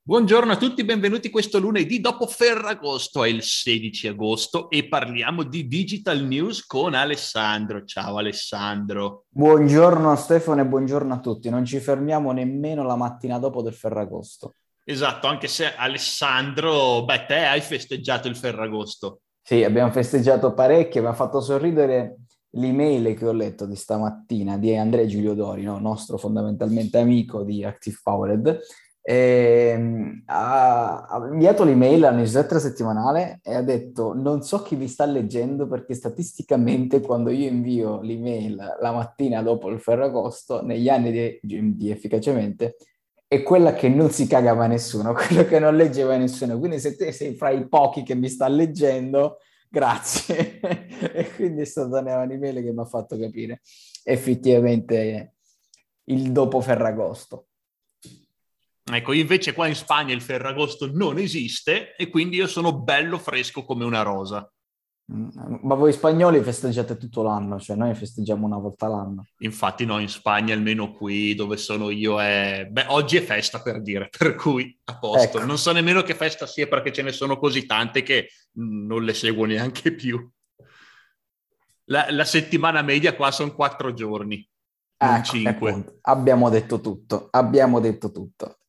Buongiorno a tutti, benvenuti questo lunedì dopo Ferragosto, è il 16 agosto e parliamo di Digital News con Alessandro. Ciao Alessandro. Buongiorno Stefano e buongiorno a tutti. Non ci fermiamo nemmeno la mattina dopo del Ferragosto. Esatto, anche se Alessandro, te hai festeggiato il Ferragosto. Sì, abbiamo festeggiato parecchio, mi ha fatto sorridere l'email che ho letto di stamattina di Andrea Giulio Dori, no? Nostro fondamentalmente amico di Active Powered. Ha inviato l'email alla newsletter settimanale e ha detto: non so chi vi sta leggendo perché statisticamente quando io invio l'email la mattina dopo il Ferragosto, negli anni di GMT efficacemente, è quella che non si caga mai nessuno, quella che non legge mai nessuno. Quindi se te sei fra i pochi che mi sta leggendo, grazie. E quindi è stata un'email che mi ha fatto capire effettivamente il dopo Ferragosto. Ecco, invece qua in Spagna il Ferragosto non esiste e quindi io sono bello fresco come una rosa. Ma voi spagnoli festeggiate tutto l'anno, cioè noi festeggiamo una volta l'anno. Infatti no, in Spagna, almeno qui dove sono io, è... Beh, oggi è festa per dire, per cui a posto. Ecco, Non so nemmeno che festa sia perché ce ne sono così tante che non le seguo neanche più. La settimana media qua sono 4 giorni, non ecco, e 5. appunto, abbiamo detto tutto, abbiamo detto tutto.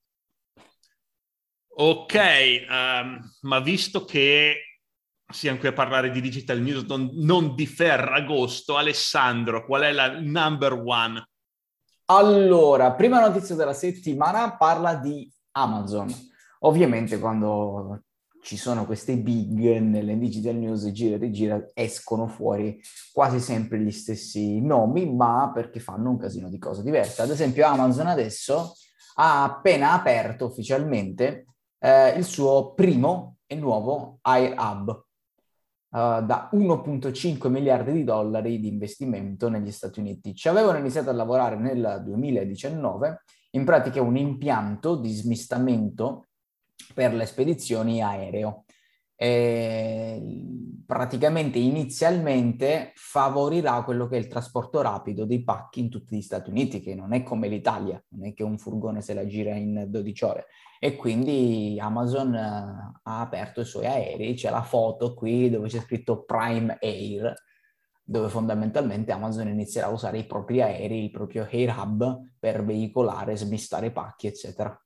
Ok, ma visto che siamo qui a parlare di Digital News, non di Ferragosto, Alessandro, qual è la number one? Allora, prima notizia della settimana parla di Amazon. Ovviamente quando ci sono queste big nelle digital news, gira e rigira, escono fuori quasi sempre gli stessi nomi, ma perché fanno un casino di cose diverse. Ad esempio Amazon adesso ha appena aperto ufficialmente il suo primo e nuovo Air Hub, da 1,5 miliardi di dollari di investimento negli Stati Uniti. Ci avevano iniziato a lavorare nel 2019, in pratica un impianto di smistamento per le spedizioni aereo. Praticamente inizialmente favorirà quello che è il trasporto rapido dei pacchi in tutti gli Stati Uniti, che non è come l'Italia, non è che un furgone se la gira in 12 ore. E quindi Amazon ha aperto i suoi aerei, c'è la foto qui dove c'è scritto Prime Air, dove fondamentalmente Amazon inizierà a usare i propri aerei, il proprio Air Hub per veicolare, smistare pacchi, eccetera.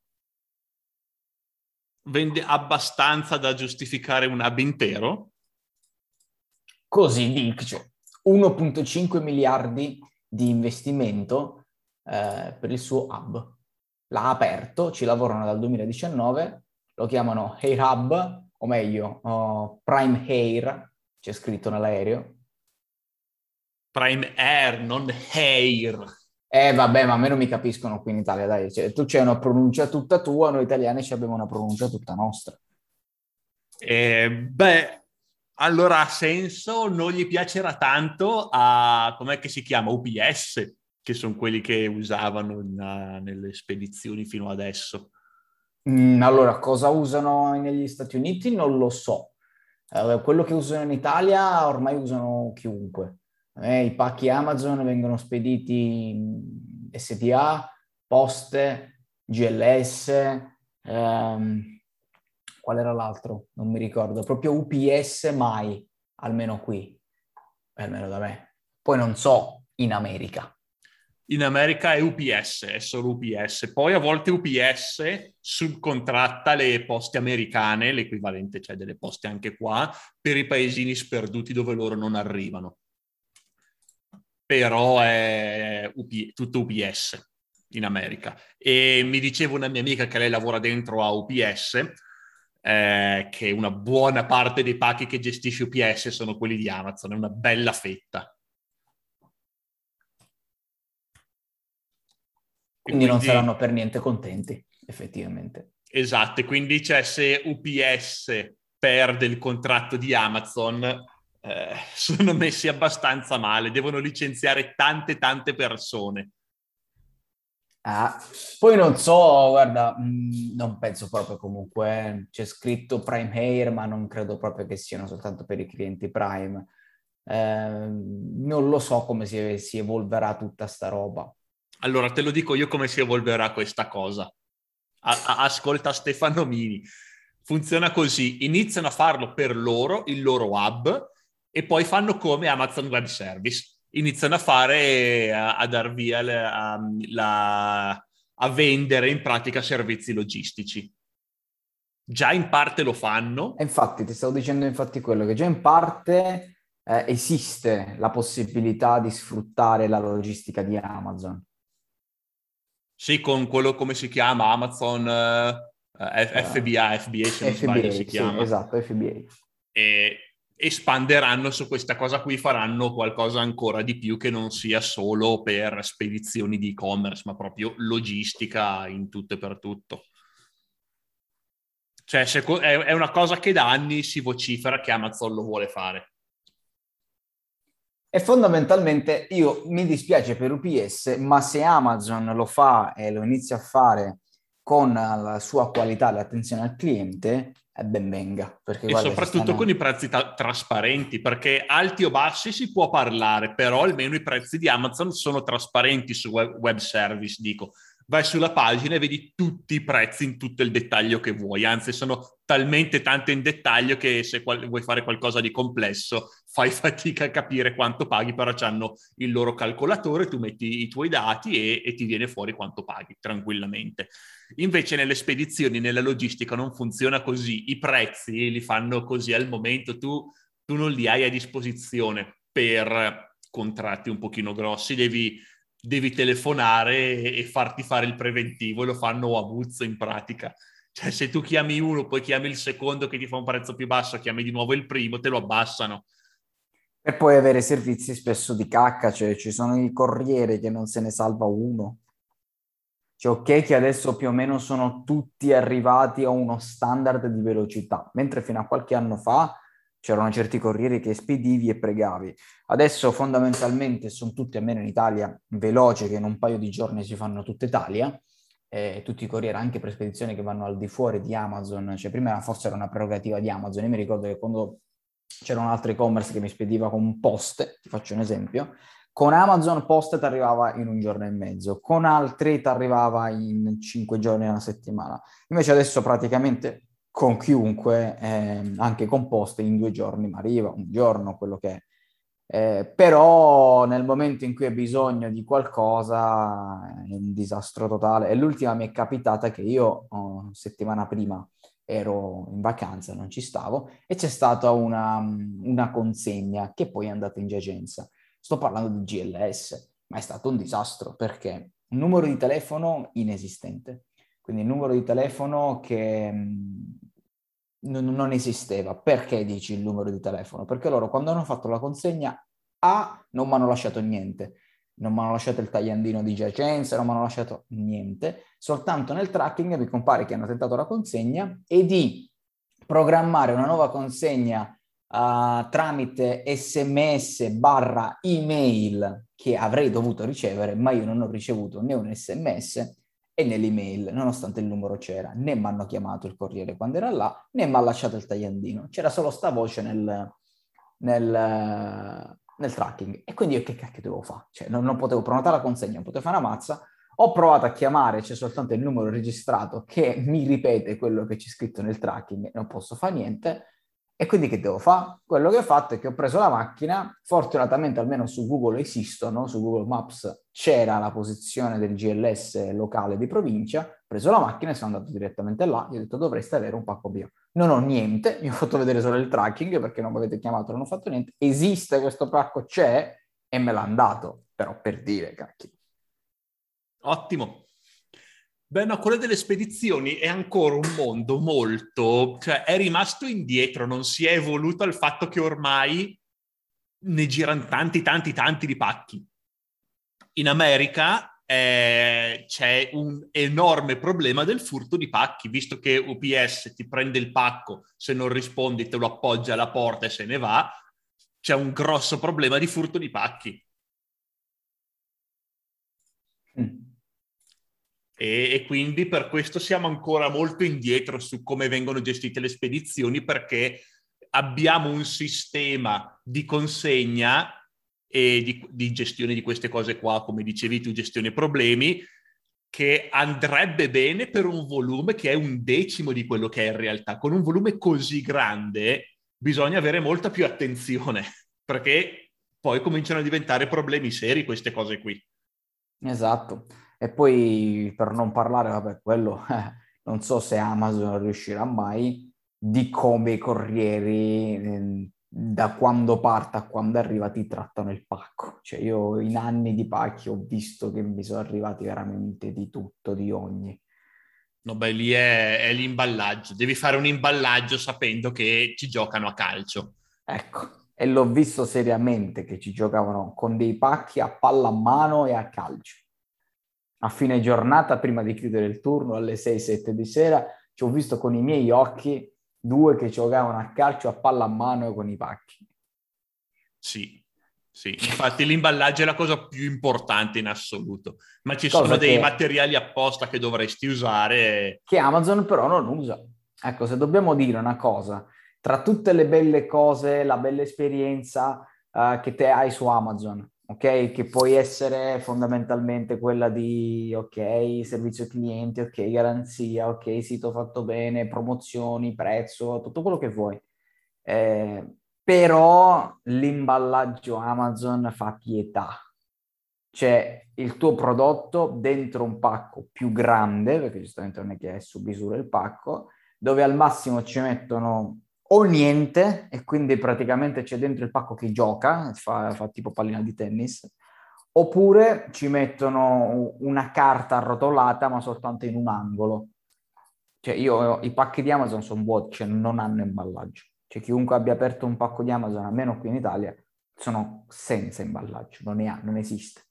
Vende abbastanza da giustificare un hub intero? Così dice 1,5 miliardi di investimento per il suo hub. L'ha aperto, ci lavorano dal 2019, lo chiamano Air Hub, o meglio, Prime Air, c'è scritto nell'aereo. Prime Air, non Air. Vabbè, ma a me non mi capiscono qui in Italia, dai. Cioè, tu c'hai una pronuncia tutta tua, noi italiani ci abbiamo una pronuncia tutta nostra. Beh, allora ha senso, non gli piacerà tanto a, com'è che si chiama? UPS, che sono quelli che usavano nelle spedizioni fino adesso. Allora, cosa usano negli Stati Uniti? Non lo so. Quello che usano in Italia ormai usano chiunque. I pacchi Amazon vengono spediti SPA, Poste, GLS, qual era l'altro? Non mi ricordo. Proprio UPS mai, almeno qui, almeno da me. Poi non so in America. In America è UPS, è solo UPS. Poi a volte UPS subcontratta le poste americane, l'equivalente, cioè delle poste anche qua, per i paesini sperduti dove loro non arrivano. Però è tutto UPS in America. E mi diceva una mia amica che lei lavora dentro a UPS, che una buona parte dei pacchi che gestisce UPS sono quelli di Amazon, è una bella fetta. E Quindi non quindi saranno per niente contenti, effettivamente. esatto, e quindi cioè, se UPS perde il contratto di Amazon, sono messi abbastanza male, devono licenziare tante tante persone. Ah, poi non so, guarda, non penso proprio comunque, c'è scritto Prime Air, ma non credo proprio che siano soltanto per i clienti Prime. Non lo so come si evolverà tutta sta roba. Allora te lo dico io come si evolverà questa cosa. Ascolta Stefano Mini. Funziona così, iniziano a farlo per loro, il loro hub, e poi fanno come Amazon Web Service. Iniziano a fare, a dar via, a vendere in pratica servizi logistici. Già in parte lo fanno. E infatti, ti stavo dicendo infatti quello, che già in parte esiste la possibilità di sfruttare la logistica di Amazon. Sì, con quello come si chiama, Amazon FBA se non sbaglio si FBA, sì, chiama. esatto, FBA. E espanderanno su questa cosa qui, faranno qualcosa ancora di più che non sia solo per spedizioni di e-commerce, ma proprio logistica in tutto e per tutto. Cioè, è una cosa che da anni si vocifera che Amazon lo vuole fare. E fondamentalmente io mi dispiace per UPS, ma se Amazon lo fa e lo inizia a fare con la sua qualità e l'attenzione al cliente, ben venga. Perché, E guarda, soprattutto con i prezzi trasparenti, perché alti o bassi si può parlare, però almeno i prezzi di Amazon sono trasparenti su web service, dico. Vai sulla pagina e vedi tutti i prezzi in tutto il dettaglio che vuoi, anzi sono talmente tanto in dettaglio che se vuoi fare qualcosa di complesso fai fatica a capire quanto paghi, però hanno il loro calcolatore, tu metti i tuoi dati e ti viene fuori quanto paghi tranquillamente. Invece nelle spedizioni, nella logistica non funziona così, i prezzi li fanno così al momento, tu non li hai a disposizione per contratti un pochino grossi, devi telefonare e farti fare il preventivo, e lo fanno a buzzo in pratica. Cioè se tu chiami uno, poi chiami il secondo che ti fa un prezzo più basso, chiami di nuovo il primo, te lo abbassano. Per poi avere servizi spesso di cacca, cioè ci sono i corrieri che non se ne salva uno. Cioè, ok che adesso più o meno sono tutti arrivati a uno standard di velocità, mentre fino a qualche anno fa c'erano certi corrieri che spedivi e pregavi. Adesso fondamentalmente sono tutti, almeno in Italia, veloci, che in un paio di giorni si fanno tutta Italia, tutti i corrieri anche per spedizioni che vanno al di fuori di Amazon, cioè prima forse era una prerogativa di Amazon, io mi ricordo che quando c'era un altro e-commerce che mi spediva con Poste, ti faccio un esempio, con Amazon Post ti arrivava in un giorno e mezzo, con altri ti arrivava in 5 giorni, una settimana. Invece adesso praticamente con chiunque, anche con Post, in 2 giorni mi arriva, un giorno, quello che è. Però nel momento in cui hai bisogno di qualcosa è un disastro totale. E l'ultima mi è capitata che io settimana prima ero in vacanza, non ci stavo, e c'è stata una consegna che poi è andata in giacenza. Sto parlando di GLS, ma è stato un disastro perché un numero di telefono inesistente, quindi un numero di telefono che non esisteva. Perché dici il numero di telefono? Perché loro quando hanno fatto la consegna non mi hanno lasciato niente, non mi hanno lasciato il tagliandino di giacenza, non mi hanno lasciato niente, soltanto nel tracking mi compare che hanno tentato la consegna e di programmare una nuova consegna tramite SMS barra email che avrei dovuto ricevere, ma io non ho ricevuto né un SMS e nell'email, nonostante il numero c'era, né mi hanno chiamato il corriere quando era là, né mi ha lasciato il tagliandino. C'era solo sta voce nel tracking. E quindi io che cacchio devo fare? Cioè, non potevo prenotare la consegna, non potevo fare una mazza. Ho provato a chiamare, c'è soltanto il numero registrato che mi ripete quello che c'è scritto nel tracking, non posso fare niente. E quindi che devo fare? Quello che ho fatto è che ho preso la macchina, fortunatamente almeno su Google esistono, su Google Maps c'era la posizione del GLS locale di provincia, ho preso la macchina e sono andato direttamente là, gli ho detto dovreste avere un pacco bio. Non ho niente, mi ho fatto vedere solo il tracking perché non mi avete chiamato, non ho fatto niente, esiste questo pacco, c'è e me l'ha dato, però per dire, cacchio. Ottimo. Beh, no, quello delle spedizioni è ancora un mondo molto, cioè è rimasto indietro, non si è evoluto al fatto che ormai ne girano tanti, tanti, tanti di pacchi. In America c'è un enorme problema del furto di pacchi, visto che UPS ti prende il pacco, se non rispondi te lo appoggia alla porta e se ne va, c'è un grosso problema di furto di pacchi. E quindi per questo siamo ancora molto indietro su come vengono gestite le spedizioni, perché abbiamo un sistema di consegna e di gestione di queste cose qua, come dicevi tu, gestione problemi, che andrebbe bene per un volume che è un decimo di quello che è in realtà. Con un volume così grande bisogna avere molta più attenzione, perché poi cominciano a diventare problemi seri queste cose qui. Esatto. E poi per non parlare, vabbè, quello non so se Amazon riuscirà mai, di come i corrieri da quando parte a quando arriva ti trattano il pacco. Cioè io in anni di pacchi ho visto che mi sono arrivati veramente di tutto, di ogni. No, beh, lì è l'imballaggio. Devi fare un imballaggio sapendo che ci giocano a calcio. Ecco, e l'ho visto seriamente che ci giocavano con dei pacchi a pallamano e a calcio. A fine giornata, prima di chiudere il turno, alle 6-7 di sera, ci ho visto con i miei occhi due che giocavano a calcio a pallamano con i pacchi. Sì, sì. Infatti l'imballaggio è la cosa più importante in assoluto. Ma ci sono Cosa dei che materiali apposta che dovresti usare. Amazon però non usa. Ecco, se dobbiamo dire una cosa, tra tutte le belle cose, la bella esperienza che te hai su Amazon, ok? Che può essere fondamentalmente quella di, ok, servizio clienti, ok, garanzia, ok, sito fatto bene, promozioni, prezzo, tutto quello che vuoi. Però l'imballaggio Amazon fa pietà. C'è il tuo prodotto dentro un pacco più grande, perché giustamente non è che è su misura il pacco, dove al massimo ci mettono o niente, e quindi praticamente c'è dentro il pacco che gioca, fa tipo pallina di tennis, oppure ci mettono una carta arrotolata ma soltanto in un angolo. Cioè io, i pacchi di Amazon sono vuoti, cioè non hanno imballaggio. Cioè chiunque abbia aperto un pacco di Amazon, almeno qui in Italia, sono senza imballaggio, non esiste.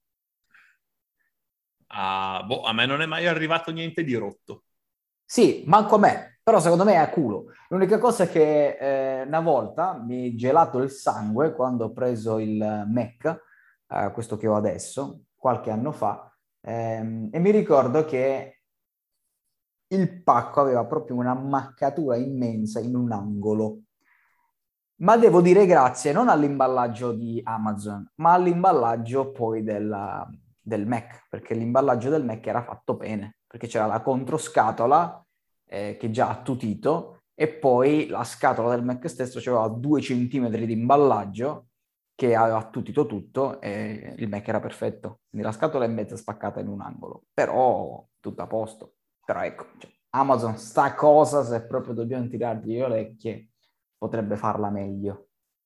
Boh, a me non è mai arrivato niente di rotto. Sì, manco a me, però secondo me è a culo. L'unica cosa è che una volta mi è gelato il sangue quando ho preso il Mac, questo che ho adesso, qualche anno fa, e mi ricordo che il pacco aveva proprio una maccatura immensa in un angolo. Ma devo dire grazie non all'imballaggio di Amazon, ma all'imballaggio poi del Mac, perché l'imballaggio del Mac era fatto bene, perché c'era la controscatola che già attutito e poi la scatola del Mac stesso aveva 2 centimetri di imballaggio che aveva attutito tutto e il Mac era perfetto. Quindi la scatola è mezza spaccata in un angolo, però tutto a posto. Però ecco, cioè, Amazon sta cosa, se proprio dobbiamo tirargli le orecchie, potrebbe farla meglio.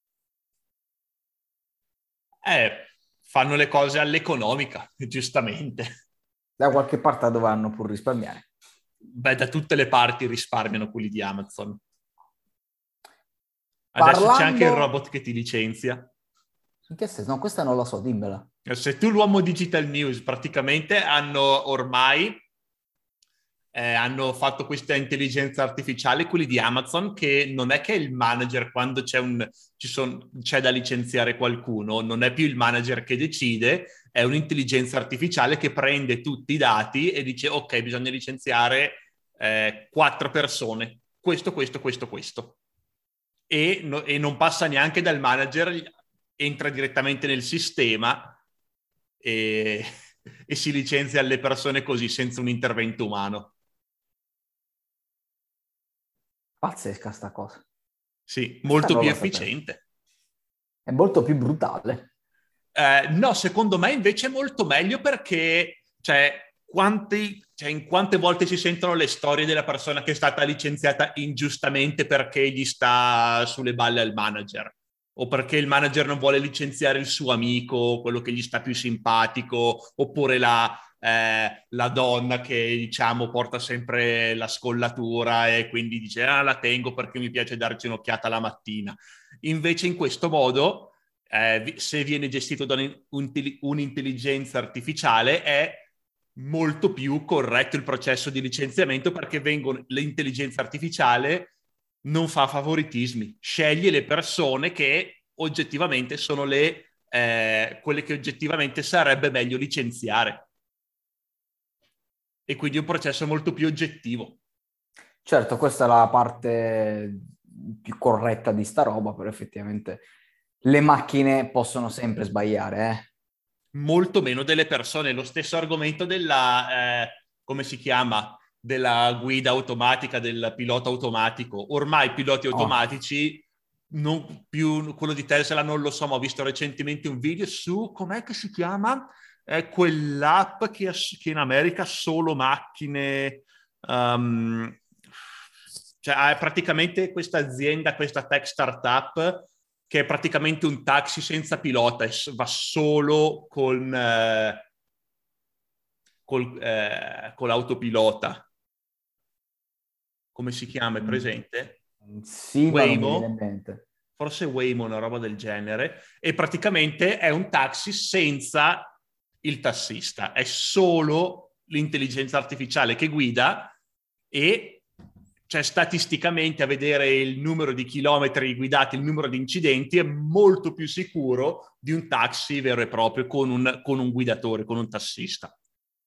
Fanno le cose all'economica, giustamente. Da qualche parte dovranno pur risparmiare. Beh, da tutte le parti risparmiano quelli di Amazon. Adesso c'è anche il Parlando... robot che ti licenzia. In che senso? No, questa non la so, dimmela. Se tu l'uomo Digital News praticamente hanno ormai hanno fatto questa intelligenza artificiale, quelli di Amazon, che non è che il manager quando c'è da licenziare qualcuno, non è più il manager che decide, è un'intelligenza artificiale che prende tutti i dati e dice ok, bisogna licenziare 4 persone, questo. E non passa neanche dal manager, entra direttamente nel sistema e, e si licenzia le persone così, senza un intervento umano. Pazzesca sta cosa. Sì, Questa molto non più la sapevo. efficiente. È molto più brutale. No, secondo me invece è molto meglio perché, in quante volte si sentono le storie della persona che è stata licenziata ingiustamente perché gli sta sulle balle al manager o perché il manager non vuole licenziare il suo amico, quello che gli sta più simpatico, oppure la donna che diciamo porta sempre la scollatura e quindi dice la tengo perché mi piace darci un'occhiata la mattina. Invece in questo modo se viene gestito da un'intelligenza artificiale è molto più corretto il processo di licenziamento perché l'intelligenza artificiale non fa favoritismi, sceglie le persone che oggettivamente sono quelle che oggettivamente sarebbe meglio licenziare. E quindi è un processo molto più oggettivo. Certo, questa è la parte più corretta di sta roba, però effettivamente le macchine possono sempre sbagliare, eh? Molto meno delle persone. Lo stesso argomento come si chiama, della guida automatica, del pilota automatico. Ormai i piloti automatici, non più quello di Tesla non lo so, ma ho visto recentemente un video su, com'è che si chiama? È quell'app che in America solo macchine... cioè è praticamente questa azienda, questa tech startup che è praticamente un taxi senza pilota, va solo con l'autopilota. Come si chiama? È presente? Sì, ma non mi viene in Waymo? mente. Forse Waymo, una roba del genere. E praticamente è un taxi senza il tassista. È solo l'intelligenza artificiale che guida e cioè statisticamente a vedere il numero di chilometri guidati, il numero di incidenti è molto più sicuro di un taxi vero e proprio con un guidatore, con un tassista.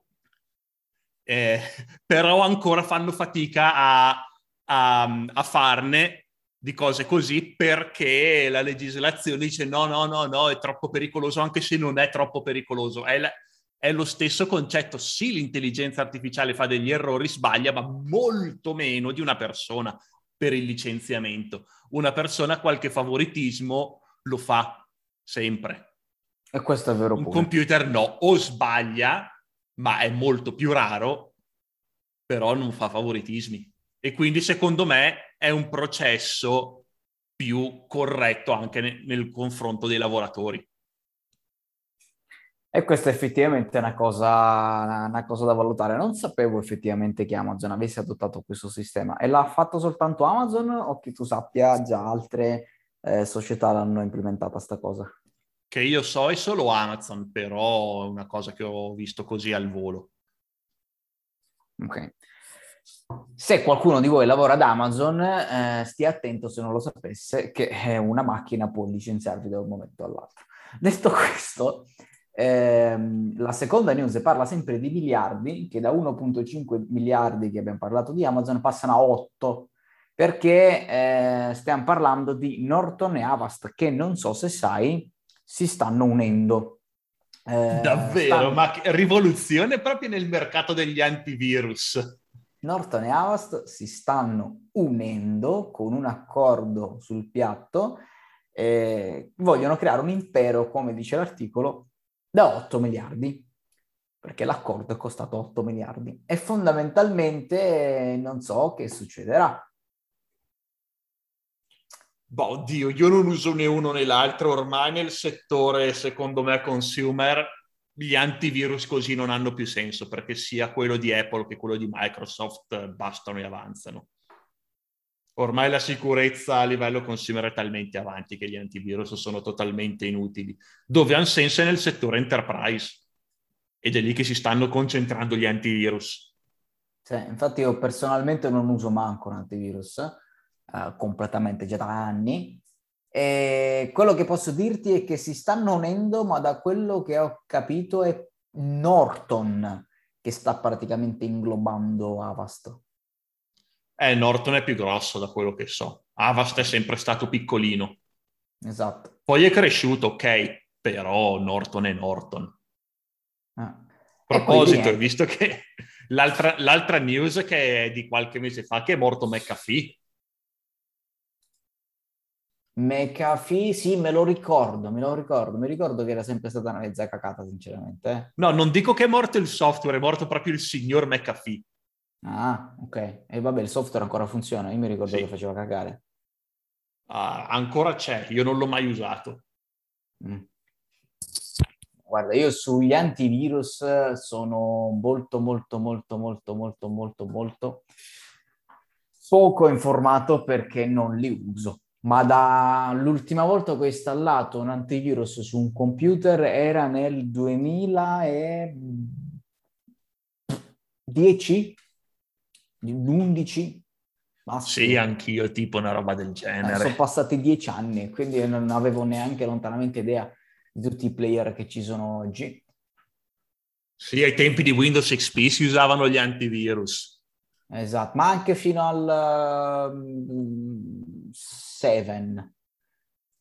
Però ancora fanno fatica a farne di cose così perché la legislazione dice no, è troppo pericoloso, anche se non è troppo pericoloso. È lo stesso concetto. Sì, l'intelligenza artificiale fa degli errori, sbaglia, ma molto meno di una persona per il licenziamento. Una persona qualche favoritismo lo fa sempre. E questo è vero Un pure. computer no, o sbaglia, ma è molto più raro, però non fa favoritismi. E quindi secondo me è un processo più corretto anche nel confronto dei lavoratori. E questa effettivamente è una cosa da valutare. Non sapevo effettivamente che Amazon avesse adottato questo sistema. E l'ha fatto soltanto Amazon o che tu sappia già altre società l'hanno implementata sta cosa? Che io so è solo Amazon, però è una cosa che ho visto così al volo. Ok. Se qualcuno di voi lavora ad Amazon, stia attento se non lo sapesse che una macchina può licenziarvi da un momento all'altro. Detto questo, la seconda news parla sempre di miliardi, che da 1,5 miliardi che abbiamo parlato di Amazon passano a 8, perché stiamo parlando di Norton e Avast, che non so se sai, si stanno unendo. Davvero, ma che rivoluzione proprio nel mercato degli antivirus. Norton e Avast si stanno unendo con un accordo sul piatto, vogliono creare un impero, come dice l'articolo, da 8 miliardi, perché l'accordo è costato 8 miliardi. E fondamentalmente non so che succederà. Boh, oddio, io non uso né uno né l'altro, ormai nel settore, secondo me, consumer, gli antivirus così non hanno più senso, perché sia quello di Apple che quello di Microsoft bastano e avanzano. Ormai la sicurezza a livello consumer è talmente avanti che gli antivirus sono totalmente inutili. Dove hanno senso è nel settore enterprise, ed è lì che si stanno concentrando gli antivirus. Infatti io personalmente non uso manco un antivirus, completamente già da anni. E quello che posso dirti è che si stanno unendo, ma da quello che ho capito è Norton che sta praticamente inglobando Avast. Norton è più grosso da quello che so. Avast è sempre stato piccolino. Esatto. Poi è cresciuto, ok, però Norton è Norton. Ah. A E quindi proposito, hai niente. visto che l'altra news che è di qualche mese fa che è morto McAfee? McAfee, sì, mi ricordo che era sempre stata una mezza cacata, sinceramente. No, non dico che è morto il software, è morto proprio il signor McAfee. Ah, ok. E vabbè, il software ancora funziona, io mi ricordo che Sì, faceva cagare. ancora c'è, io non l'ho mai usato. Mm. Guarda, io sugli antivirus sono molto poco informato perché non li uso. Ma dall'ultima volta che ho installato un antivirus su un computer era nel 2010, 11 Sì, massimo. anch'io, tipo una roba del Sono genere. passati 10 anni, quindi non avevo neanche lontanamente idea di tutti i player che ci sono oggi. Sì, ai tempi di Windows XP si usavano gli antivirus. Esatto, ma anche fino al 7,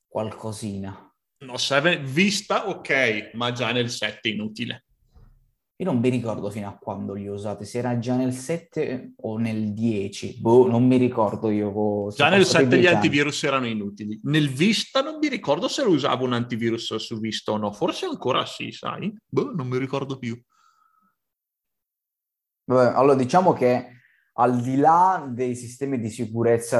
qualcosina. No, 7, vista ok, ma già nel 7 inutile. Io non mi ricordo fino a quando li ho usati, se era già nel 7 o nel 10, boh, non mi ricordo io, Già sono nel passati 7 gli 10 anni. antivirus erano inutili. Nel Vista non mi ricordo se lo usavo un antivirus su Vista o no. Forse ancora sì, sai? Boh, non mi ricordo più. Vabbè, allora, diciamo che al di là dei sistemi di sicurezza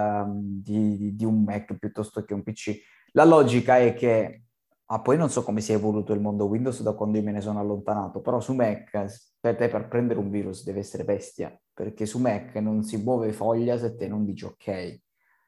di un Mac piuttosto che un PC, la logica è che, poi non so come si è evoluto il mondo Windows da quando io me ne sono allontanato, però su Mac, per te per prendere un virus deve essere bestia, perché su Mac non si muove foglia se te non dici ok.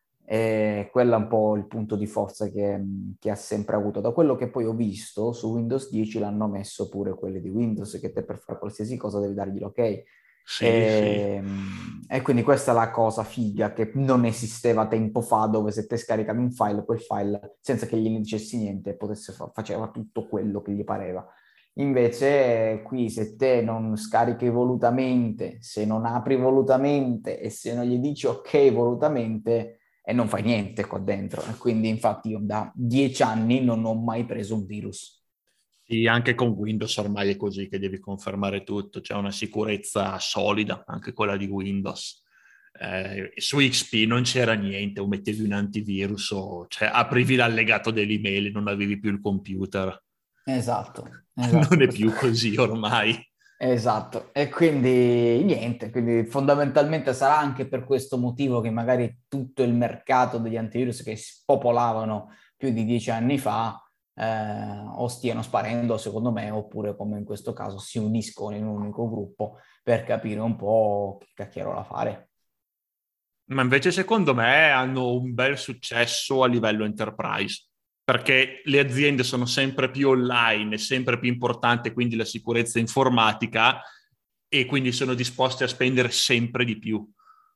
E quello è un po' il punto di forza che ha sempre avuto. Da quello che poi ho visto, su Windows 10 l'hanno messo pure quelli di Windows, che te per fare qualsiasi cosa devi dargli l'ok. Sì, sì. E quindi questa è la cosa figa che non esisteva tempo fa, dove se te scaricavi un file, quel file, senza che gli dicessi niente, faceva tutto quello che gli pareva. Invece qui se te non scarichi volutamente, se non apri volutamente e se non gli dici ok volutamente, e non fai niente qua dentro. E quindi infatti io da 10 anni non ho mai preso un virus. Sì, anche con Windows ormai è così che devi confermare tutto. C'è una sicurezza solida, anche quella di Windows. Su XP non c'era niente, o mettevi un antivirus o cioè, aprivi l'allegato dell'email e non avevi più il computer. Esatto, Non esatto. è più così ormai. Esatto, e quindi niente, quindi fondamentalmente sarà anche per questo motivo che magari tutto il mercato degli antivirus che spopolavano più di 10 anni fa o stiano sparendo, secondo me, oppure come in questo caso si uniscono in un unico gruppo per capire un po' che cacchierola fare. Ma invece secondo me hanno un bel successo a livello enterprise, perché le aziende sono sempre più online, è sempre più importante quindi la sicurezza informatica e quindi sono disposti a spendere sempre di più.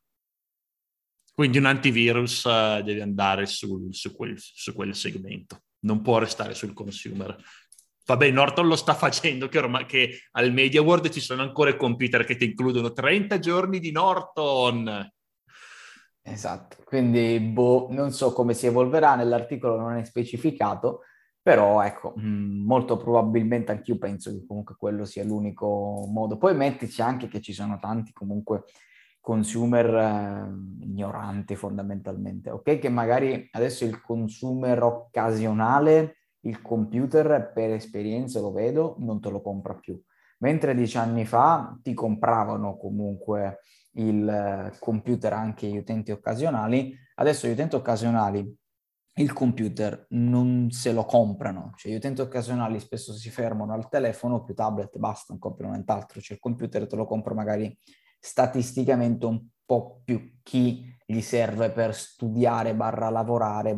Quindi un antivirus deve andare su quel segmento, non può restare sul consumer. Vabbè, Norton lo sta facendo, che, ormai, che al Media World ci sono ancora i computer che ti includono 30 giorni di Norton. Esatto, quindi boh, non so come si evolverà, nell'articolo non è specificato, però ecco, molto probabilmente anch'io penso che comunque quello sia l'unico modo. Poi mettici anche che ci sono tanti comunque consumer ignoranti fondamentalmente, ok? Che magari adesso il consumer occasionale, il computer per esperienza lo vedo, non te lo compra più. Mentre 10 anni fa ti compravano comunque il computer anche gli utenti occasionali, adesso gli utenti occasionali il computer non se lo comprano, cioè gli utenti occasionali spesso si fermano al telefono, più tablet, basta, non comprano nient'altro, cioè il computer te lo compra magari statisticamente un po' più chi gli serve per studiare, barra lavorare,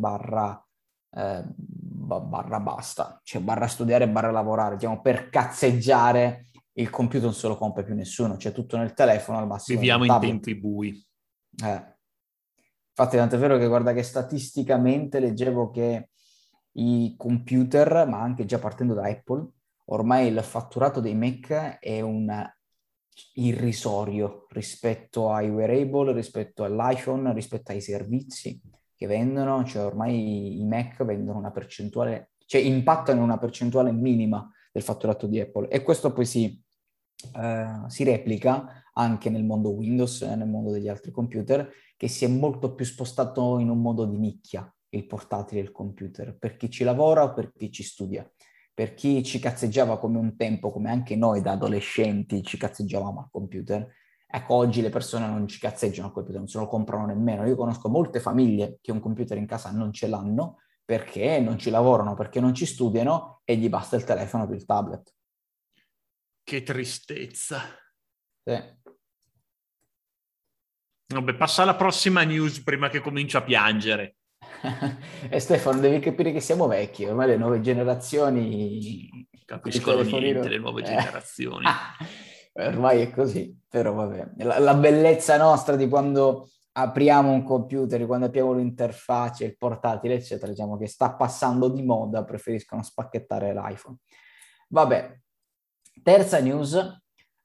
barra basta, cioè barra studiare, barra lavorare, diciamo per cazzeggiare il computer non se lo compra più nessuno, c'è tutto nel telefono, al massimo nel Viviamo in tablet. tempi bui. Eh. Infatti, tanto è vero che guarda che statisticamente leggevo che i computer, ma anche già partendo da Apple, ormai il fatturato dei Mac è un irrisorio rispetto ai wearable, rispetto all'iPhone, rispetto ai servizi che vendono, cioè ormai i Mac vendono una percentuale, cioè impattano una percentuale minima del fatturato di Apple e questo poi si replica anche nel mondo Windows, nel mondo degli altri computer, che si è molto più spostato in un modo di nicchia, il portatile e il computer, per chi ci lavora o per chi ci studia. Per chi ci cazzeggiava come un tempo, come anche noi da adolescenti ci cazzeggiavamo al computer, ecco, oggi le persone non ci cazzeggiano al computer, non se lo comprano nemmeno. Io conosco molte famiglie che un computer in casa non ce l'hanno perché non ci lavorano, perché non ci studiano e gli basta il telefono più il tablet. Che tristezza. Sì. Vabbè, passa alla prossima news prima che cominci a piangere. E Stefano, devi capire che siamo vecchi, ormai le nuove generazioni con il Capiscono niente le telefonino, nuove generazioni. ormai è così, però vabbè. La bellezza nostra di quando apriamo un computer, di quando apriamo l'interfaccia, il portatile, eccetera, diciamo che sta passando di moda, preferiscono spacchettare l'iPhone. Vabbè, terza news,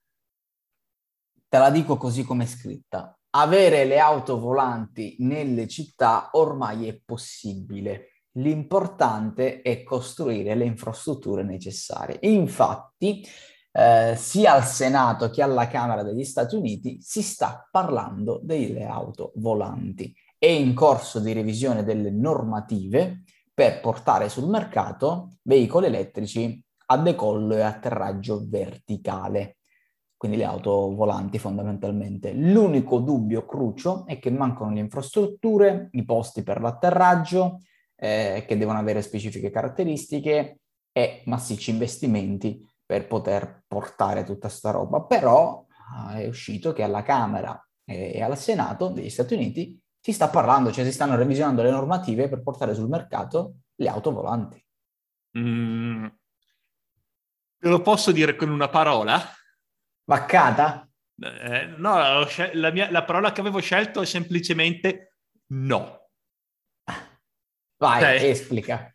te la dico così come è scritta. Avere le auto volanti nelle città ormai è possibile. L'importante è costruire le infrastrutture necessarie. Infatti, sia al Senato che alla Camera degli Stati Uniti si sta parlando delle auto volanti. È in corso di revisione delle normative per portare sul mercato veicoli elettrici a decollo e atterraggio verticale, quindi le auto volanti fondamentalmente. L'unico dubbio crucio è che mancano le infrastrutture, i posti per l'atterraggio, che devono avere specifiche caratteristiche e massicci investimenti per poter portare tutta sta roba. Però è uscito che alla Camera e al Senato degli Stati Uniti si sta parlando, cioè si stanno revisionando le normative per portare sul mercato le auto volanti. Mm, te lo posso dire con una parola? Vaccata? No, la parola che avevo scelto è semplicemente no. Vai, Cioè, esplica.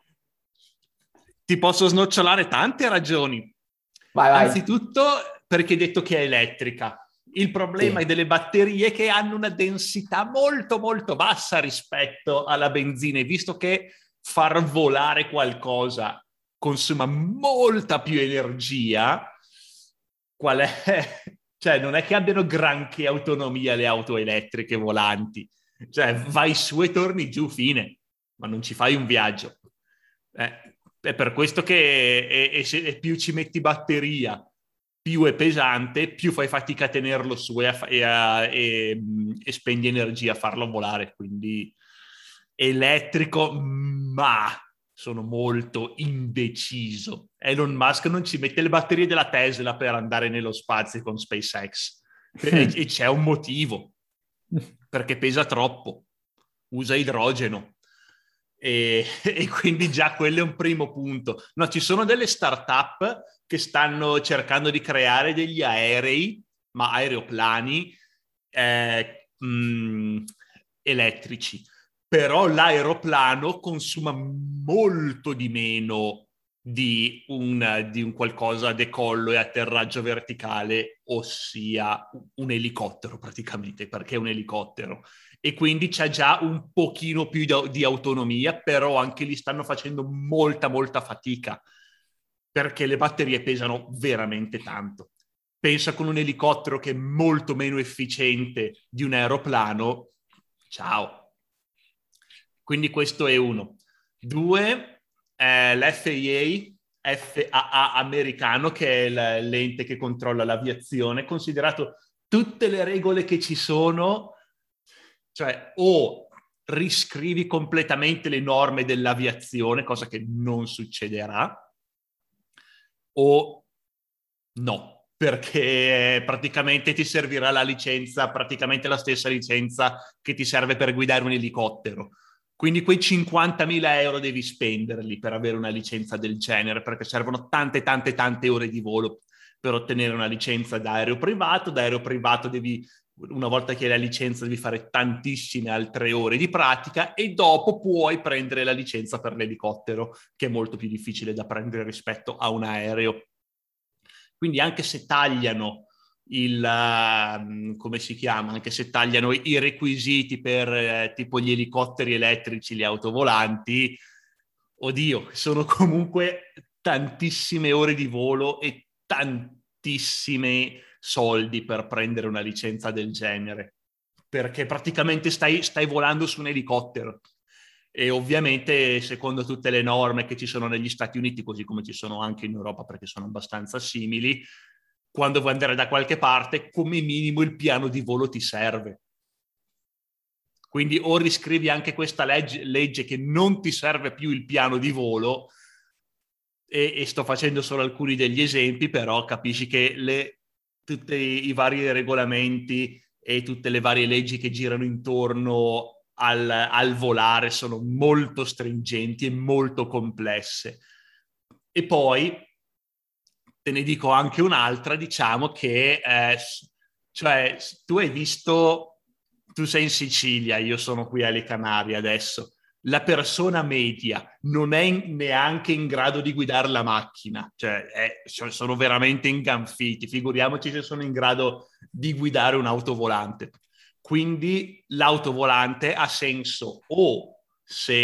ti posso snocciolare tante ragioni. Vai, vai. Anzitutto perché hai detto che è elettrica. Il problema è Sì. delle batterie che hanno una densità molto molto bassa rispetto alla benzina, e visto che far volare qualcosa consuma molta più energia, qual è? Cioè, non è che abbiano granché autonomia le auto elettriche volanti. Cioè, vai su e torni giù, fine, ma non ci fai un viaggio. È per questo che e più ci metti batteria, più è pesante, più fai fatica a tenerlo su e spendi energia a farlo volare. Quindi elettrico, ma sono molto indeciso. Elon Musk non ci mette le batterie della Tesla per andare nello spazio con SpaceX. E c'è un motivo, perché pesa troppo, usa idrogeno. E quindi già quello è un primo punto. No, ci sono delle start-up che stanno cercando di creare degli aerei, ma aeroplani elettrici. Però l'aeroplano consuma molto di meno di un qualcosa a decollo e atterraggio verticale, ossia un elicottero praticamente, perché è un elicottero. E quindi c'è già un pochino più di autonomia, però anche lì stanno facendo molta, molta fatica, perché le batterie pesano veramente tanto. Pensa con un elicottero che è molto meno efficiente di un aeroplano, ciao. Quindi questo è uno. Due, l'FAA americano, che è l'ente che controlla l'aviazione, considerato tutte le regole che ci sono, cioè o riscrivi completamente le norme dell'aviazione, cosa che non succederà, o no, perché praticamente ti servirà la licenza, praticamente la stessa licenza che ti serve per guidare un elicottero. Quindi quei 50.000 euro devi spenderli per avere una licenza del genere, perché servono tante, tante, tante ore di volo per ottenere una licenza da aereo privato. Da aereo privato devi, una volta che hai la licenza, devi fare tantissime altre ore di pratica e dopo puoi prendere la licenza per l'elicottero, che è molto più difficile da prendere rispetto a un aereo. Quindi anche se tagliano come si chiama, anche se tagliano i requisiti per tipo gli elicotteri elettrici, le autovolanti, oddio, sono comunque tantissime ore di volo e tantissimi soldi per prendere una licenza del genere, perché praticamente stai volando su un elicottero. E ovviamente, secondo tutte le norme che ci sono negli Stati Uniti, così come ci sono anche in Europa, perché sono abbastanza simili, quando vuoi andare da qualche parte, come minimo il piano di volo ti serve. Quindi o riscrivi anche questa legge che non ti serve più il piano di volo, e sto facendo solo alcuni degli esempi, però capisci che tutti i vari regolamenti e tutte le varie leggi che girano intorno al volare sono molto stringenti e molto complesse. E poi te ne dico anche un'altra, diciamo che, cioè, tu sei in Sicilia, io sono qui alle Canarie adesso, la persona media non è neanche in grado di guidare la macchina, cioè sono veramente inganfiti, figuriamoci se sono in grado di guidare un'autovolante. Quindi l'autovolante ha senso o se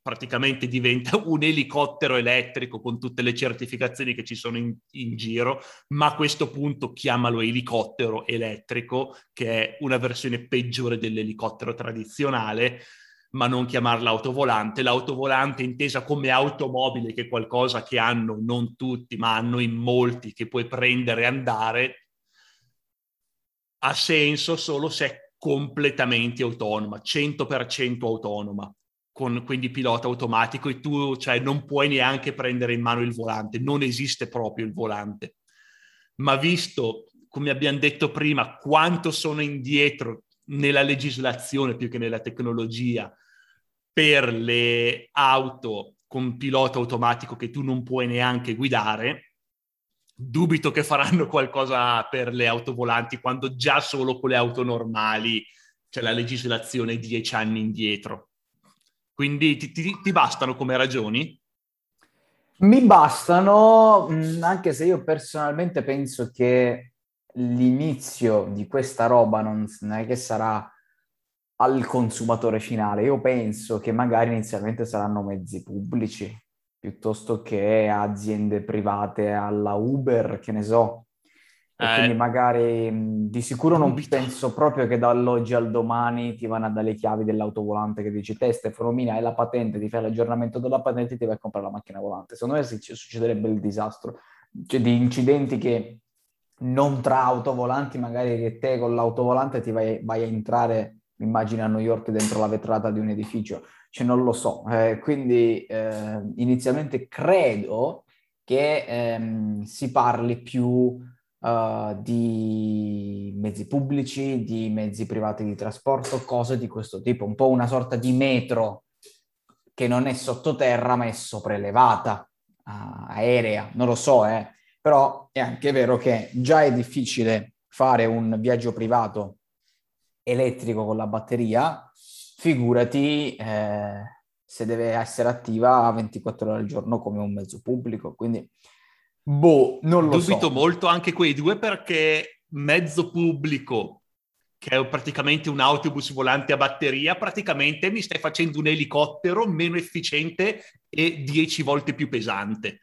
praticamente diventa un elicottero elettrico con tutte le certificazioni che ci sono in giro, ma a questo punto chiamalo elicottero elettrico, che è una versione peggiore dell'elicottero tradizionale, ma non chiamarla autovolante. L'autovolante intesa come automobile, che è qualcosa che hanno non tutti, ma hanno in molti, che puoi prendere e andare, ha senso solo se è completamente autonoma, 100% autonoma, con quindi pilota automatico, e tu, cioè, non puoi neanche prendere in mano il volante, non esiste proprio il volante. Ma visto, come abbiamo detto prima, quanto sono indietro nella legislazione più che nella tecnologia per le auto con pilota automatico che tu non puoi neanche guidare, dubito che faranno qualcosa per le auto volanti quando già solo con le auto normali c'è la legislazione 10 anni indietro. Quindi ti bastano come ragioni? Mi bastano, anche se io personalmente penso che l'inizio di questa roba non è che sarà al consumatore finale. Io penso che magari inizialmente saranno mezzi pubblici piuttosto che aziende private alla Uber, che ne so. E quindi magari di sicuro non Dubito. penso proprio che dall'oggi al domani ti vanno a dare le chiavi dell'autovolante che dici te Stefano Mina hai la patente, ti fai l'aggiornamento della patente e ti vai a comprare la macchina volante. Secondo me succederebbe il disastro. Cioè di incidenti che non tra autovolanti, magari che te con l'autovolante ti vai a entrare, immagino a New York, dentro la vetrata di un edificio. Cioè non lo so. Quindi inizialmente credo che si parli più di mezzi pubblici, di mezzi privati di trasporto, cose di questo tipo, un po' una sorta di metro che non è sottoterra ma è sopraelevata, aerea, non lo so, però è anche vero che già è difficile fare un viaggio privato elettrico con la batteria, figurati se deve essere attiva 24 ore al giorno come un mezzo pubblico, quindi non lo Dubito so. molto anche quei due, perché mezzo pubblico, che è praticamente un autobus volante a batteria, praticamente mi stai facendo un elicottero meno efficiente e 10 volte più pesante.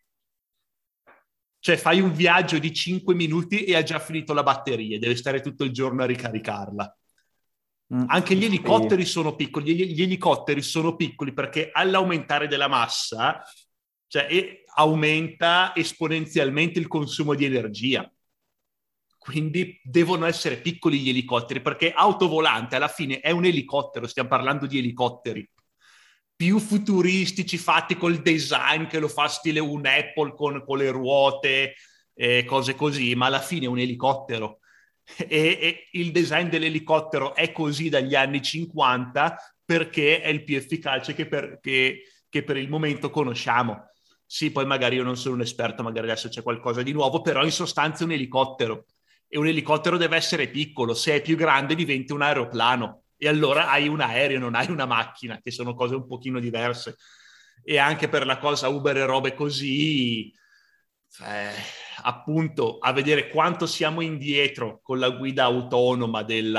Cioè fai un viaggio di 5 minuti e ha già finito la batteria, deve stare tutto il giorno a ricaricarla. Anche gli Sì. elicotteri sono piccoli, gli elicotteri sono piccoli perché all'aumentare della massa, cioè, aumenta esponenzialmente il consumo di energia. Quindi devono essere piccoli gli elicotteri, perché autovolante alla fine è un elicottero, stiamo parlando di elicotteri più futuristici, fatti col design che lo fa stile un Apple con le ruote, cose così, ma alla fine è un elicottero. E il design dell'elicottero è così dagli anni 50 perché è il più efficace che per il momento conosciamo. Sì, poi magari io non sono un esperto, magari adesso c'è qualcosa di nuovo, però in sostanza è un elicottero. E un elicottero deve essere piccolo, se è più grande diventa un aeroplano e allora hai un aereo, non hai una macchina, che sono cose un pochino diverse. E anche per la cosa Uber e robe così, eh, appunto, a vedere quanto siamo indietro con la guida autonoma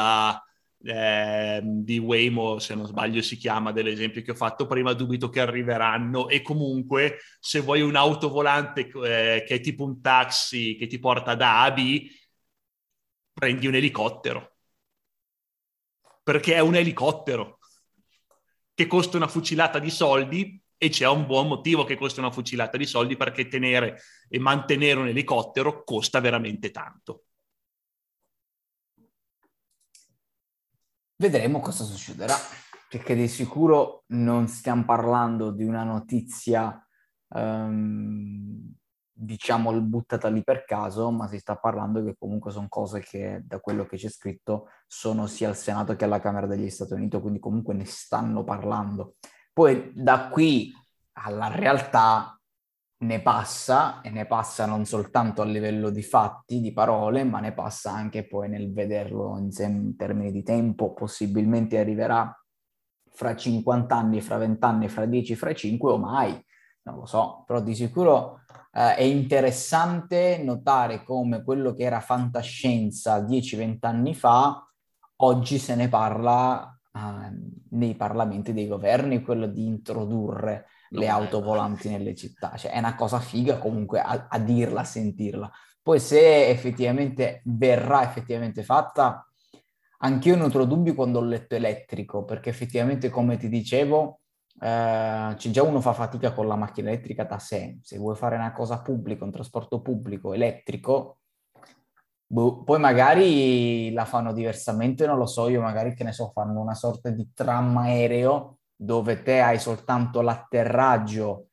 di Waymo, se non sbaglio si chiama, dell'esempio che ho fatto prima, dubito che arriveranno. E comunque se vuoi un autovolante che è tipo un taxi che ti porta da A a B, prendi un elicottero, perché è un elicottero che costa una fucilata di soldi, e c'è un buon motivo che costa una fucilata di soldi, perché tenere e mantenere un elicottero costa veramente tanto. Vedremo cosa succederà, perché di sicuro non stiamo parlando di una notizia, diciamo, buttata lì per caso, ma si sta parlando che comunque sono cose che, da quello che c'è scritto, sono sia al Senato che alla Camera degli Stati Uniti, quindi comunque ne stanno parlando. Poi da qui alla realtà ne passa, e ne passa non soltanto a livello di fatti, di parole, ma ne passa anche poi nel vederlo in termini di tempo. Possibilmente arriverà fra 50 anni, fra 20 anni, fra 10, fra 5 o mai, non lo so, però di sicuro è interessante notare come quello che era fantascienza 10-20 anni fa, oggi se ne parla nei parlamenti dei governi, quello di introdurre le No, auto volanti nelle città. Cioè, è una cosa figa comunque a dirla, a sentirla. Poi se effettivamente verrà effettivamente fatta, anch'io nutro dubbi quando ho letto elettrico, perché effettivamente, come ti dicevo, c'è già uno fa fatica con la macchina elettrica da sé. Se vuoi fare una cosa pubblica, un trasporto pubblico elettrico, poi magari la fanno diversamente, non lo so, io magari che ne so, fanno una sorta di tram aereo dove te hai soltanto l'atterraggio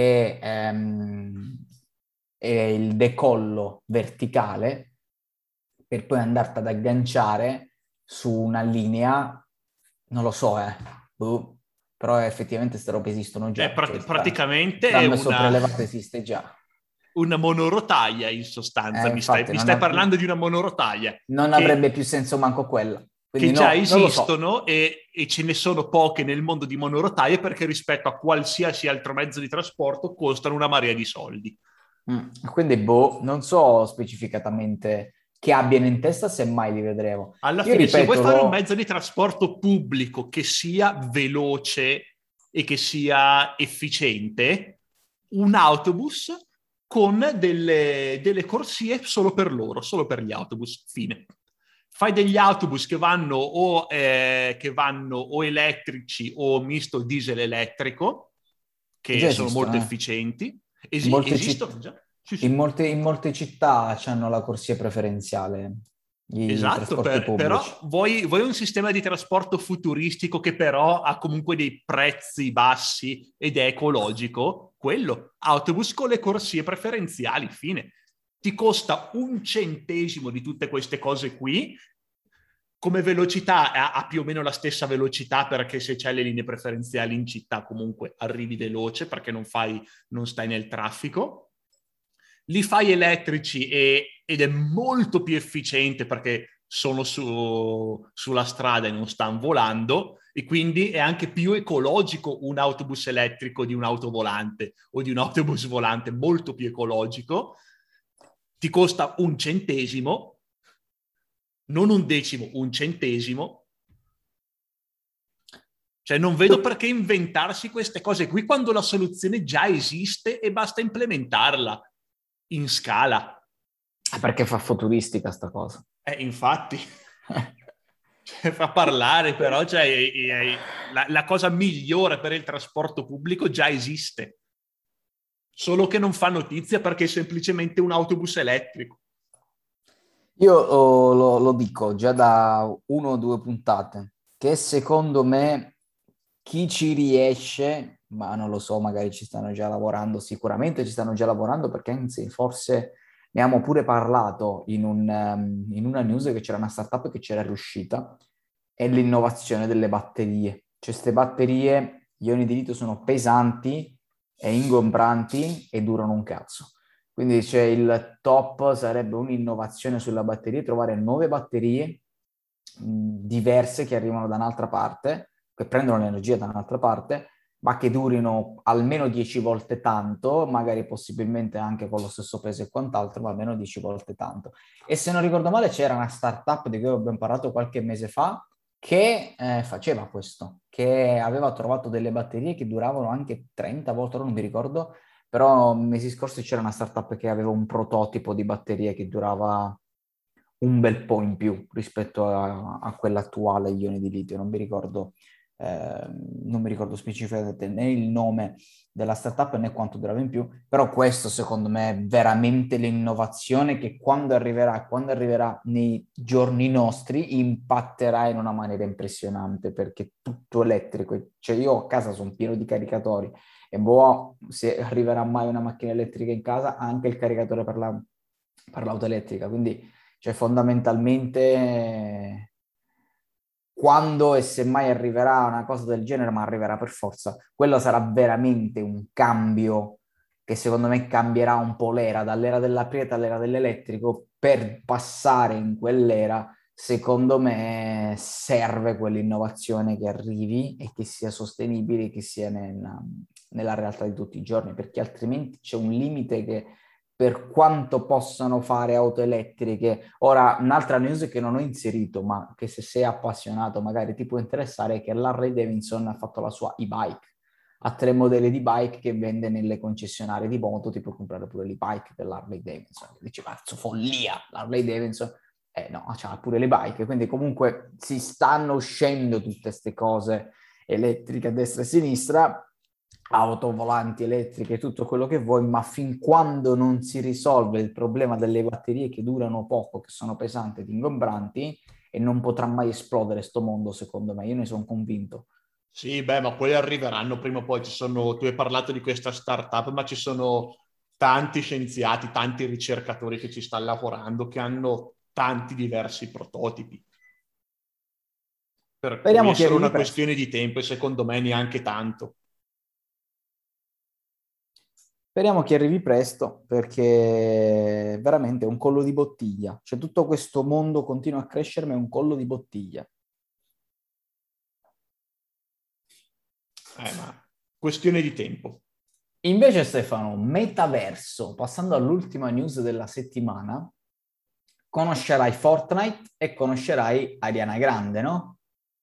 e il decollo verticale per poi andarti ad agganciare su una linea, non lo so, però effettivamente queste robe esistono cioè, già, cioè praticamente è tram sopraelevato esiste già. una monorotaia in sostanza. Infatti Mi non, stai parlando di una monorotaia non avrebbe che, più senso manco quella, che quindi già no, non lo so. esistono e ce ne sono poche nel mondo di monorotaie perché rispetto a qualsiasi altro mezzo di trasporto costano una marea di soldi. Quindi non so specificatamente che abbiano in testa, se mai li vedremo. Alla Io fine, se vuoi ripeto, fare un mezzo di trasporto pubblico che sia veloce e che sia efficiente, un autobus con delle corsie solo per loro, solo per gli autobus, fine. Fai degli autobus che vanno o elettrici o misto diesel elettrico, già che sono molto esistono, eh. efficienti. In molte, Esistono già. Sì, in sì. molte, in molte città hanno la corsia preferenziale, i Esatto, trasporti però pubblici. vuoi un sistema di trasporto futuristico che però ha comunque dei prezzi bassi ed è ecologico? Quello, autobus con le corsie preferenziali, fine. Ti costa un centesimo di tutte queste cose qui, come velocità ha più o meno la stessa velocità perché se c'è le linee preferenziali in città comunque arrivi veloce perché non stai nel traffico. Li fai elettrici ed è molto più efficiente perché sono sulla strada e non stanno volando e quindi è anche più ecologico un autobus elettrico di un autovolante o di un autobus volante, molto più ecologico. Ti costa un centesimo, non un decimo, un centesimo. Cioè non vedo perché inventarsi queste cose qui quando la soluzione già esiste e basta implementarla in scala. Perché fa futuristica sta cosa. Infatti, cioè, fa parlare, però cioè, la cosa migliore per il trasporto pubblico già esiste, solo che non fa notizia perché è semplicemente un autobus elettrico. Io lo dico già da 1 o 2 puntate, che secondo me chi ci riesce, ma non lo so, magari ci stanno già lavorando, sicuramente ci stanno già lavorando perché anzi forse ne abbiamo pure parlato in una news che c'era una startup che c'era riuscita, è l'innovazione delle batterie. Cioè queste batterie, ioni di litio, sono pesanti e ingombranti e durano un cazzo. Quindi c'è il top, sarebbe un'innovazione sulla batteria, trovare nuove batterie diverse che arrivano da un'altra parte, che prendono l'energia da un'altra parte, ma che durino almeno 10 volte tanto, magari possibilmente anche con lo stesso peso e quant'altro, ma almeno 10 volte tanto. E se non ricordo male c'era una startup di cui abbiamo parlato qualche mese fa che faceva questo, che aveva trovato delle batterie che duravano anche 30 volte, ora non mi ricordo, però mesi scorsi c'era una startup che aveva un prototipo di batteria che durava un bel po' in più rispetto a quella attuale ioni di litio. Non mi ricordo specificamente né il nome della startup né quanto durava in più, però questo secondo me è veramente l'innovazione che quando arriverà nei giorni nostri impatterà in una maniera impressionante perché tutto elettrico, cioè io a casa sono pieno di caricatori e boh, se arriverà mai una macchina elettrica in casa, anche il caricatore per l'auto elettrica, quindi cioè fondamentalmente quando e se mai arriverà una cosa del genere, ma arriverà per forza, quello sarà veramente un cambio che secondo me cambierà un po' l'era, dall'era della prieta all'era dell'elettrico, per passare in quell'era, secondo me serve quell'innovazione che arrivi e che sia sostenibile, che sia nella realtà di tutti i giorni, perché altrimenti c'è un limite che per quanto possano fare auto elettriche. Ora, un'altra news che non ho inserito, ma che se sei appassionato magari ti può interessare, è che l'Harley Davidson ha fatto la sua e-bike. Ha 3 modelli di bike che vende nelle concessionarie di moto, ti puoi comprare pure l'e-bike dell'Harley Davidson. Dici, cazzo, follia, l'Harley Davidson. No, c'ha pure le bike, quindi comunque si stanno uscendo tutte queste cose elettriche a destra e a sinistra, auto, volanti elettriche, tutto quello che vuoi, ma fin quando non si risolve il problema delle batterie che durano poco, che sono pesanti ed ingombranti, e non potrà mai esplodere sto mondo, secondo me, io ne sono convinto. Sì, beh, ma quelli arriveranno prima o poi. Tu hai parlato di questa startup, ma ci sono tanti scienziati, tanti ricercatori che ci stanno lavorando, che hanno tanti diversi prototipi. Per cui è Speriamo che solo arrivi una presto. questione di tempo e secondo me neanche tanto. Speriamo che arrivi presto perché veramente è un collo di bottiglia. Cioè tutto questo mondo continua a crescere, ma è un collo di bottiglia. Ma questione di tempo. Invece Stefano, metaverso, passando all'ultima news della settimana, conoscerai Fortnite e conoscerai Ariana Grande, no?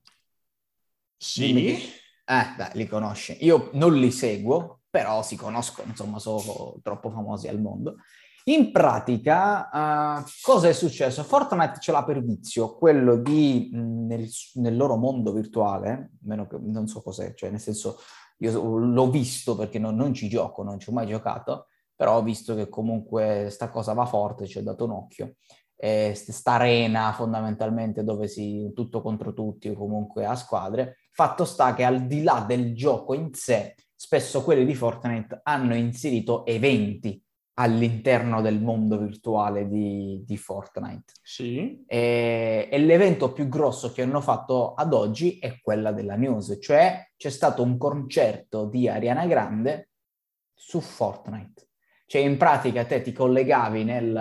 Dimmi Sì, che... Beh, li conosci. Io non li seguo, però si conoscono, insomma, sono troppo famosi al mondo. In pratica, cosa è successo? Fortnite ce l'ha per vizio, quello di, nel loro mondo virtuale, meno che non so cos'è, cioè nel senso, io l'ho visto perché non ci gioco, non ci ho mai giocato, però ho visto che comunque sta cosa va forte, ci ho dato un occhio. Sta arena fondamentalmente dove si tutto contro tutti o comunque a squadre. Fatto sta che al di là del gioco in sé, spesso quelli di Fortnite hanno inserito eventi all'interno del mondo virtuale di Fortnite. sì. E l'evento più grosso che hanno fatto ad oggi è quella della news, cioè c'è stato un concerto di Ariana Grande su Fortnite. Cioè in pratica te ti collegavi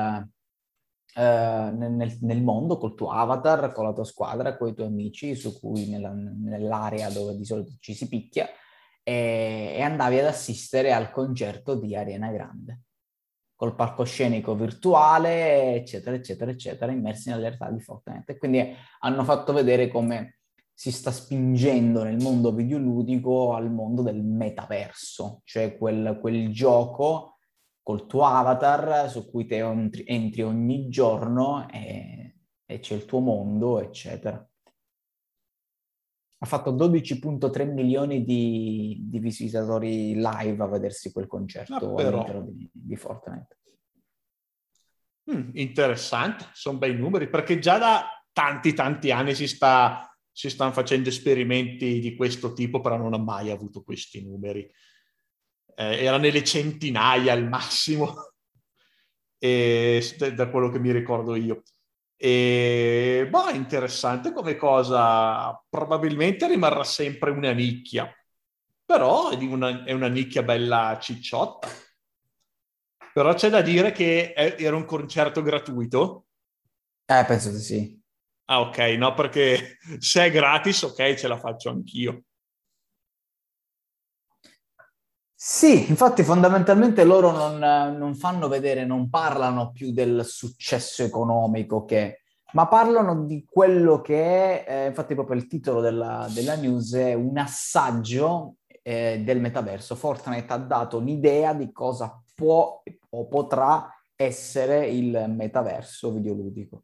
nel mondo col tuo avatar, con la tua squadra, con i tuoi amici, su cui nell'area dove di solito ci si picchia, e andavi ad assistere al concerto di Ariana Grande, col palcoscenico virtuale, eccetera, eccetera, eccetera, immersi nella realtà di Fortnite. E quindi hanno fatto vedere come si sta spingendo nel mondo videoludico al mondo del metaverso, cioè quel gioco col tuo avatar su cui te entri ogni giorno e c'è il tuo mondo, eccetera. Ha fatto 12,3 milioni di visitatori live a vedersi quel Ma concerto all'interno però, di Fortnite. interessante, sono bei numeri, perché già da tanti anni si stanno facendo esperimenti di questo tipo, però non ha mai avuto questi numeri. Era nelle centinaia al massimo, da quello che mi ricordo io. E boh, è interessante come cosa, probabilmente rimarrà sempre una nicchia, però è una nicchia bella cicciotta. Però c'è da dire che era un concerto gratuito. Penso di sì. Ah, ok, no, perché se è gratis, ok, ce la faccio anch'io. Sì, infatti fondamentalmente loro non fanno vedere, non parlano più del successo economico ma parlano di quello che è, infatti proprio il titolo della news è un assaggio del metaverso. Fortnite ha dato l'idea di cosa può o potrà essere il metaverso videoludico.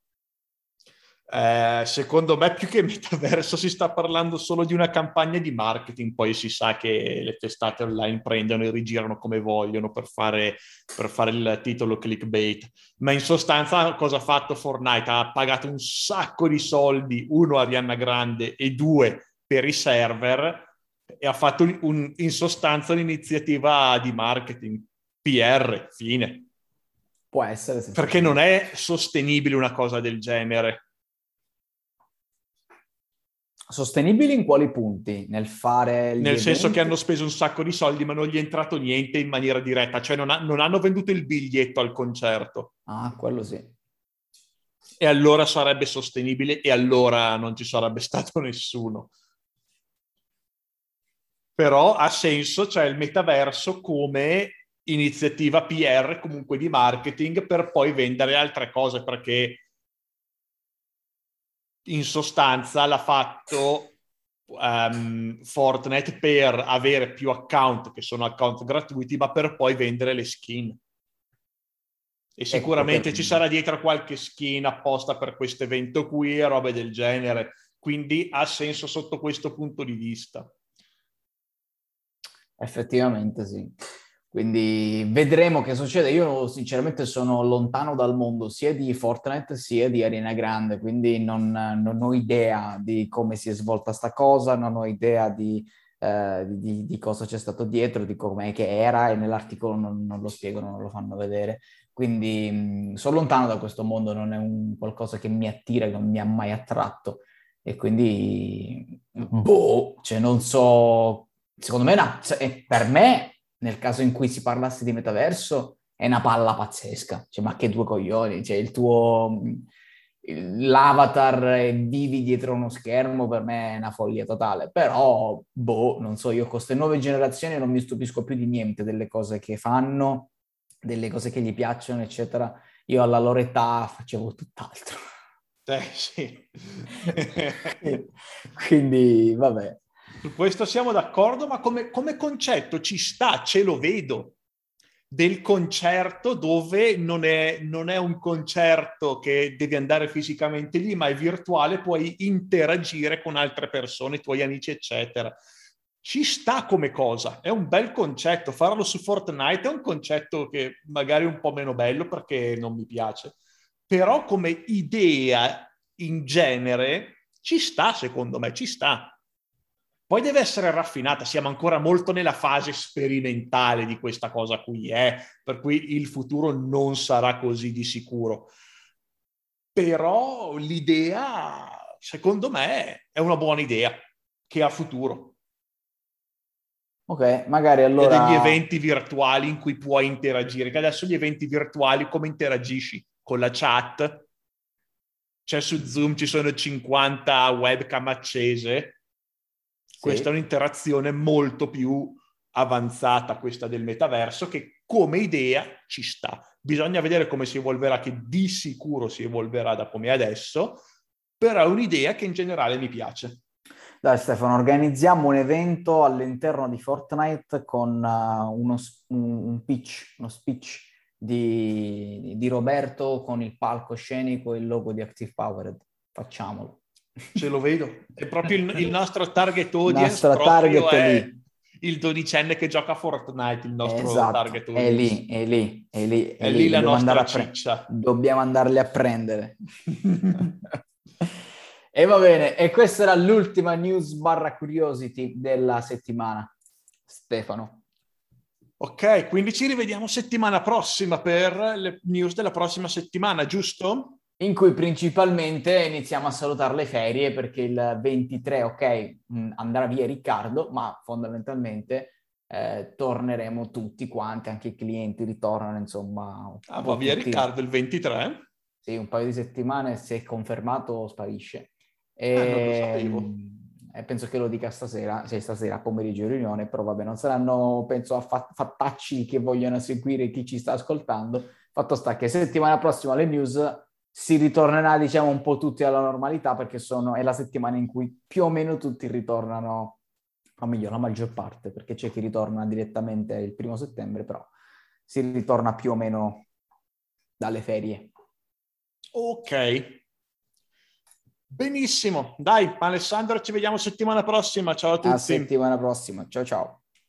Secondo me, più che metaverso, si sta parlando solo di una campagna di marketing. Poi si sa che le testate online prendono e rigirano come vogliono per fare il titolo clickbait. Ma in sostanza, cosa ha fatto Fortnite? Ha pagato un sacco di soldi, uno a Ariana Grande e due per i server, e ha fatto in sostanza un'iniziativa di marketing. PR, fine. Può essere senza Perché non dubbio. è sostenibile una cosa del genere. Sostenibili in quali punti? Nel fare gli Nel senso che eventi? hanno speso un sacco di soldi, ma non gli è entrato niente in maniera diretta, cioè non hanno venduto il biglietto al concerto. Ah, quello sì. E allora sarebbe sostenibile e allora non ci sarebbe stato nessuno. Però ha senso, cioè il metaverso come iniziativa PR, comunque di marketing, per poi vendere altre cose, perché in sostanza l'ha fatto Fortnite per avere più account, che sono account gratuiti, ma per poi vendere le skin. E Ecco perché sicuramente ci sarà dietro qualche skin apposta per questo evento qui e robe del genere. Quindi ha senso sotto questo punto di vista. effettivamente sì. Quindi vedremo che succede. Io sinceramente sono lontano dal mondo sia di Fortnite sia di Arena Grande, quindi non ho idea di come si è svolta sta cosa, non ho idea di cosa c'è stato dietro, di com'è che era, e nell'articolo non lo spiegano, non lo fanno vedere. Quindi sono lontano da questo mondo, non è qualcosa che mi attira, che non mi ha mai attratto. E quindi, cioè non so, secondo me, per me, nel caso in cui si parlasse di metaverso, è una palla pazzesca. Cioè, ma che due coglioni, cioè l'avatar e vivi dietro uno schermo, per me è una follia totale. Però, non so, io con queste nuove generazioni non mi stupisco più di niente delle cose che fanno, delle cose che gli piacciono, eccetera. Io alla loro età facevo tutt'altro. Sì. Quindi, vabbè. Su questo siamo d'accordo, ma come concetto ci sta, ce lo vedo, del concerto dove non è un concerto che devi andare fisicamente lì, ma è virtuale, puoi interagire con altre persone, i tuoi amici, eccetera. Ci sta come cosa, è un bel concetto. Farlo su Fortnite è un concetto che magari è un po' meno bello perché non mi piace, però come idea in genere ci sta, secondo me, ci sta. Poi deve essere raffinata, siamo ancora molto nella fase sperimentale di questa cosa qui, per cui il futuro non sarà così di sicuro. Però l'idea, secondo me, è una buona idea che ha futuro. Ok, magari E degli allora... eventi virtuali in cui puoi interagire, che adesso gli eventi virtuali come interagisci? Con la chat? Cioè su Zoom ci sono 50 webcam accese. Questa è Sì. un'interazione molto più avanzata, questa del metaverso, che come idea ci sta. Bisogna vedere come si evolverà, che di sicuro si evolverà da come è adesso, però è un'idea che in generale mi piace. Dai Stefano, organizziamo un evento all'interno di Fortnite con un pitch, uno speech di Roberto con il palcoscenico e il logo di Active Powered. Facciamolo. Ce lo vedo. È proprio il nostro target Il audience, nostro proprio target è è lì. il dodicenne che gioca a Fortnite, il nostro Esatto, target è audience. lì, è lì, è lì, è È lì lì. la Dobbiamo andare nostra a ciccia. dobbiamo andarli a prendere. E va bene, e questa era l'ultima news barra curiosity della settimana. Stefano. Ok, quindi ci rivediamo settimana prossima per le news della prossima settimana, giusto? In cui principalmente iniziamo a salutare le ferie perché il 23, ok, andrà via Riccardo, ma fondamentalmente torneremo tutti quanti, anche i clienti ritornano, insomma, Ah, un va po' via tutti. Riccardo il 23? Sì, un paio di settimane, se è confermato, sparisce. Non lo sapevo. E penso che lo dica stasera, cioè stasera pomeriggio riunione, però vabbè, non saranno, penso, fattacci che vogliono seguire chi ci sta ascoltando. Fatto sta che settimana prossima le news si ritornerà, diciamo, un po' tutti alla normalità, perché è la settimana in cui più o meno tutti ritornano, o meglio, la maggior parte, perché c'è chi ritorna direttamente il 1° settembre, però si ritorna più o meno dalle ferie. Ok, benissimo. Dai, Alessandro, ci vediamo settimana prossima. Ciao a A tutti. settimana prossima. Ciao ciao.